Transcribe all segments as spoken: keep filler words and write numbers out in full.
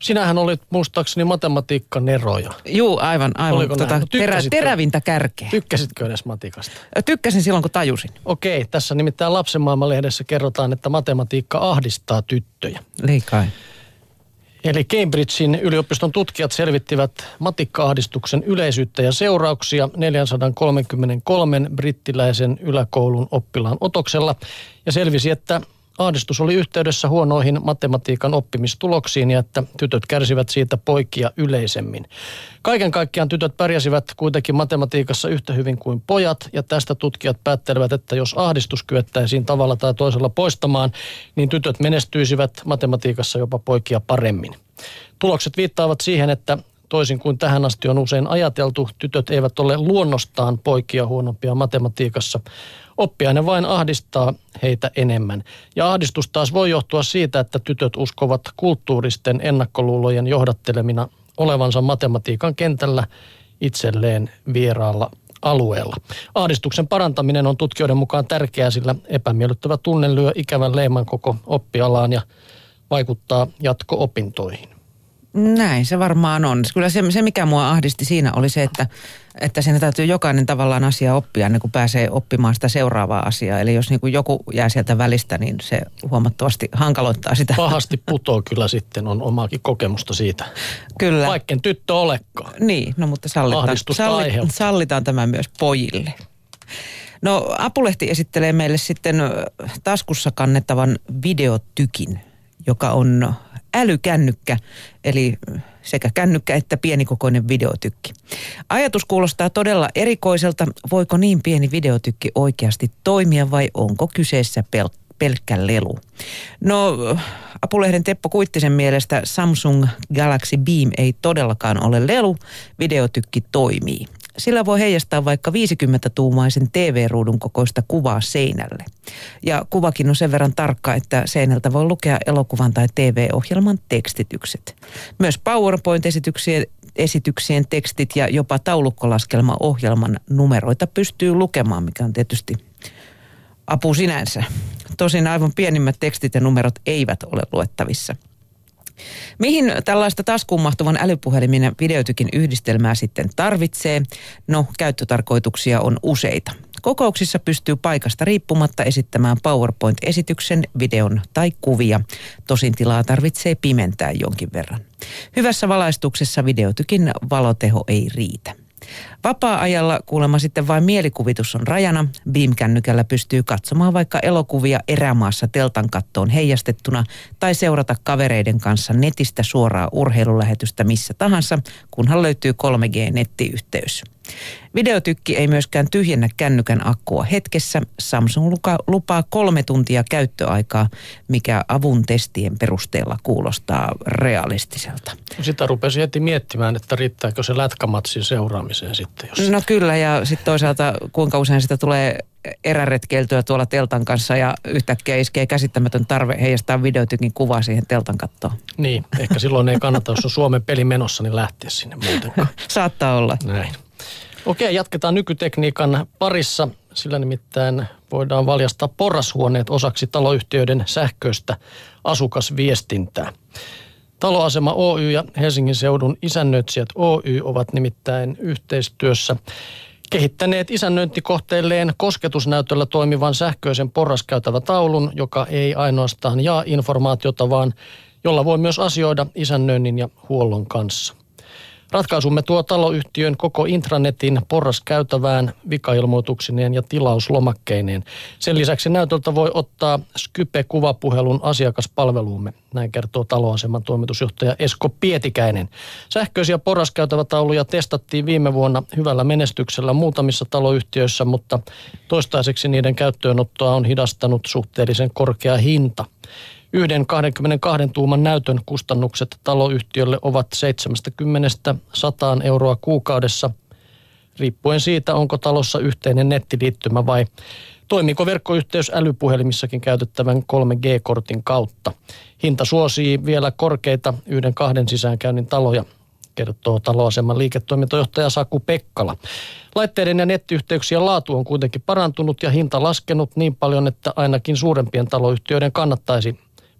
Sinähän olit muistaakseni matematiikkaneroja. Juu, aivan, aivan tota, no, terä, terävintä kärkeä. Tykkäsitkö edes matikasta? Tykkäsin silloin, kun tajusin. Okei, tässä nimittäin Lapsen Maailma-lehdessä kerrotaan, että matematiikka ahdistaa tyttöjä. Liikai. Eli Cambridgein yliopiston tutkijat selvittivät matikka-ahdistuksen yleisyyttä ja seurauksia neljäsataakolmekymmentäkolme brittiläisen yläkoulun oppilaan otoksella ja selvisi, että ahdistus oli yhteydessä huonoihin matematiikan oppimistuloksiin ja että tytöt kärsivät siitä poikia yleisemmin. Kaiken kaikkiaan tytöt pärjäsivät kuitenkin matematiikassa yhtä hyvin kuin pojat ja tästä tutkijat päättelevät, että jos ahdistus kyettäisiin tavalla tai toisella poistamaan, niin tytöt menestyisivät matematiikassa jopa poikia paremmin. Tulokset viittaavat siihen, että toisin kuin tähän asti on usein ajateltu, tytöt eivät ole luonnostaan poikia huonompia matematiikassa. Oppiaine vain ahdistaa heitä enemmän. Ja ahdistus taas voi johtua siitä, että tytöt uskovat kulttuuristen ennakkoluulojen johdattelemina olevansa matematiikan kentällä itselleen vieraalla alueella. Ahdistuksen parantaminen on tutkijoiden mukaan tärkeää, sillä epämiellyttävä tunne lyö ikävän leiman koko oppialaan ja vaikuttaa jatko-opintoihin. Näin se varmaan on. Kyllä se, se mikä mua ahdisti siinä oli se, että, että siinä täytyy jokainen tavallaan asia oppia ennen kuin pääsee oppimaan sitä seuraavaa asiaa. Eli jos niin kuin joku jää sieltä välistä, niin se huomattavasti hankaloittaa sitä. Pahasti putoo kyllä sitten, on omaakin kokemusta siitä. Kyllä. Vaikken tyttö olekaan. Niin, no mutta sallitaan, salli, sallitaan tämä myös pojille. No Apulehti esittelee meille sitten taskussa kannettavan videotykin, joka on älykännykkä, eli sekä kännykkä että pienikokoinen videotykki. Ajatus kuulostaa todella erikoiselta. Voiko niin pieni videotykki oikeasti toimia vai onko kyseessä pel- pelkkä lelu? No, Apulehden Teppo Kuittisen mielestä Samsung Galaxy Beam ei todellakaan ole lelu, videotykki toimii. Sillä voi heijastaa vaikka viisikymmentä-tuumaisen T V-ruudun kokoista kuvaa seinälle. Ja kuvakin on sen verran tarkka, että seinältä voi lukea elokuvan tai T V-ohjelman tekstitykset. Myös PowerPoint-esityksien esityksien tekstit ja jopa taulukkolaskelma-ohjelman numeroita pystyy lukemaan, mikä on tietysti apu sinänsä. Tosin aivan pienimmät tekstit ja numerot eivät ole luettavissa. Mihin tällaista taskuun mahtuvan älypuhelimen ja videotykin yhdistelmää sitten tarvitsee? No, käyttötarkoituksia on useita. Kokouksissa pystyy paikasta riippumatta esittämään PowerPoint-esityksen, videon tai kuvia. Tosin tilaa tarvitsee pimentää jonkin verran. Hyvässä valaistuksessa videotykin valoteho ei riitä. Vapaa-ajalla kuulemma sitten vain mielikuvitus on rajana. Beam-kännykällä pystyy katsomaan vaikka elokuvia erämaassa teltan kattoon heijastettuna tai seurata kavereiden kanssa netistä suoraa urheilulähetystä missä tahansa, kunhan löytyy kolme G-nettiyhteys. Videotykki ei myöskään tyhjennä kännykän akkua hetkessä. Samsung lupaa kolme tuntia käyttöaikaa, mikä avun testien perusteella kuulostaa realistiselta. Sitä rupesi heti miettimään, että riittääkö se lätkämatsin seuraamiseen sitten. Jos... No kyllä, ja sitten toisaalta kuinka usein sitä tulee eräretkeiltyä tuolla teltan kanssa ja yhtäkkiä iskee käsittämätön tarve heijastaa videotykin kuvaa siihen teltan kattoon. Niin, ehkä silloin ei kannata, jos on Suomen peli menossa, niin lähteä sinne muutenkaan. Saattaa olla. Näin. Okei, jatketaan nykytekniikan parissa, sillä nimittäin voidaan valjastaa porrashuoneet osaksi taloyhtiöiden sähköistä asukasviestintää. Taloasema Oy ja Helsingin seudun isännöitsijät Oy ovat nimittäin yhteistyössä kehittäneet isännöintikohteilleen kosketusnäytöllä toimivan sähköisen porraskäytävätaulun, joka ei ainoastaan jaa informaatiota, vaan jolla voi myös asioida isännöinnin ja huollon kanssa. Ratkaisumme tuo taloyhtiön koko intranetin porraskäytävään vikailmoituksineen ja tilauslomakkeineen. Sen lisäksi näytöltä voi ottaa Skype-kuvapuhelun asiakaspalveluumme. Näin kertoo taloaseman toimitusjohtaja Esko Pietikäinen. Sähköisiä porraskäytävätauluja testattiin viime vuonna hyvällä menestyksellä muutamissa taloyhtiöissä, mutta toistaiseksi niiden käyttöönottoa on hidastanut suhteellisen korkea hinta. Yhden kaksikymmentäkaksi tuuman näytön kustannukset taloyhtiölle ovat seitsemänkymmentä sataan euroa kuukaudessa, riippuen siitä, onko talossa yhteinen nettiliittymä vai toimiiko verkkoyhteys älypuhelimissakin käytettävän kolme G-kortin kautta. Hinta suosii vielä korkeita yhden kahden sisäänkäynnin taloja, kertoo taloaseman liiketoimintojohtaja Saku Pekkala. Laitteiden ja nettiyhteyksien laatu on kuitenkin parantunut ja hinta laskenut niin paljon, että ainakin suurempien taloyhtiöiden kannattaisi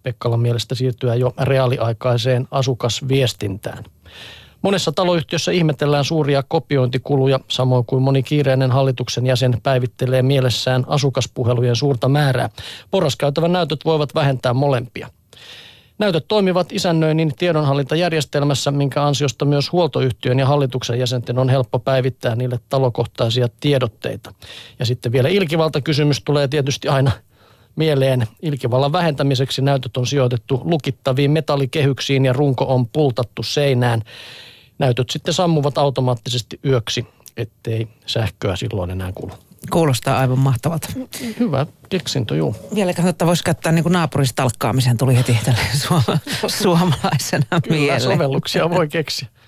Pekkalan mielestä siirtyä jo reaaliaikaiseen asukasviestintään. Monessa taloyhtiössä ihmetellään suuria kopiointikuluja, samoin kuin moni kiireinen hallituksen jäsen päivittelee mielessään asukaspuhelujen suurta määrää. Porraskäytävän näytöt voivat vähentää molempia. Näytöt toimivat isännöinnin tiedonhallintajärjestelmässä, minkä ansiosta myös huoltoyhtiön ja hallituksen jäsenten on helppo päivittää niille talokohtaisia tiedotteita. Ja sitten vielä ilkivaltakysymys tulee tietysti aina mieleen. Ilkivallan vähentämiseksi näytöt on sijoitettu lukittaviin metallikehyksiin ja runko on pultattu seinään. Näytöt sitten sammuvat automaattisesti yöksi, ettei sähköä silloin enää kulu. Kuulostaa aivan mahtavalta. Hyvä keksintö, juu. Vielä katsotaan, voisi käyttää niin kuin naapurista talkkaamisen, tuli heti tälle suoma, suomalaisena Kyllä, mieleen. sovelluksia voi keksiä.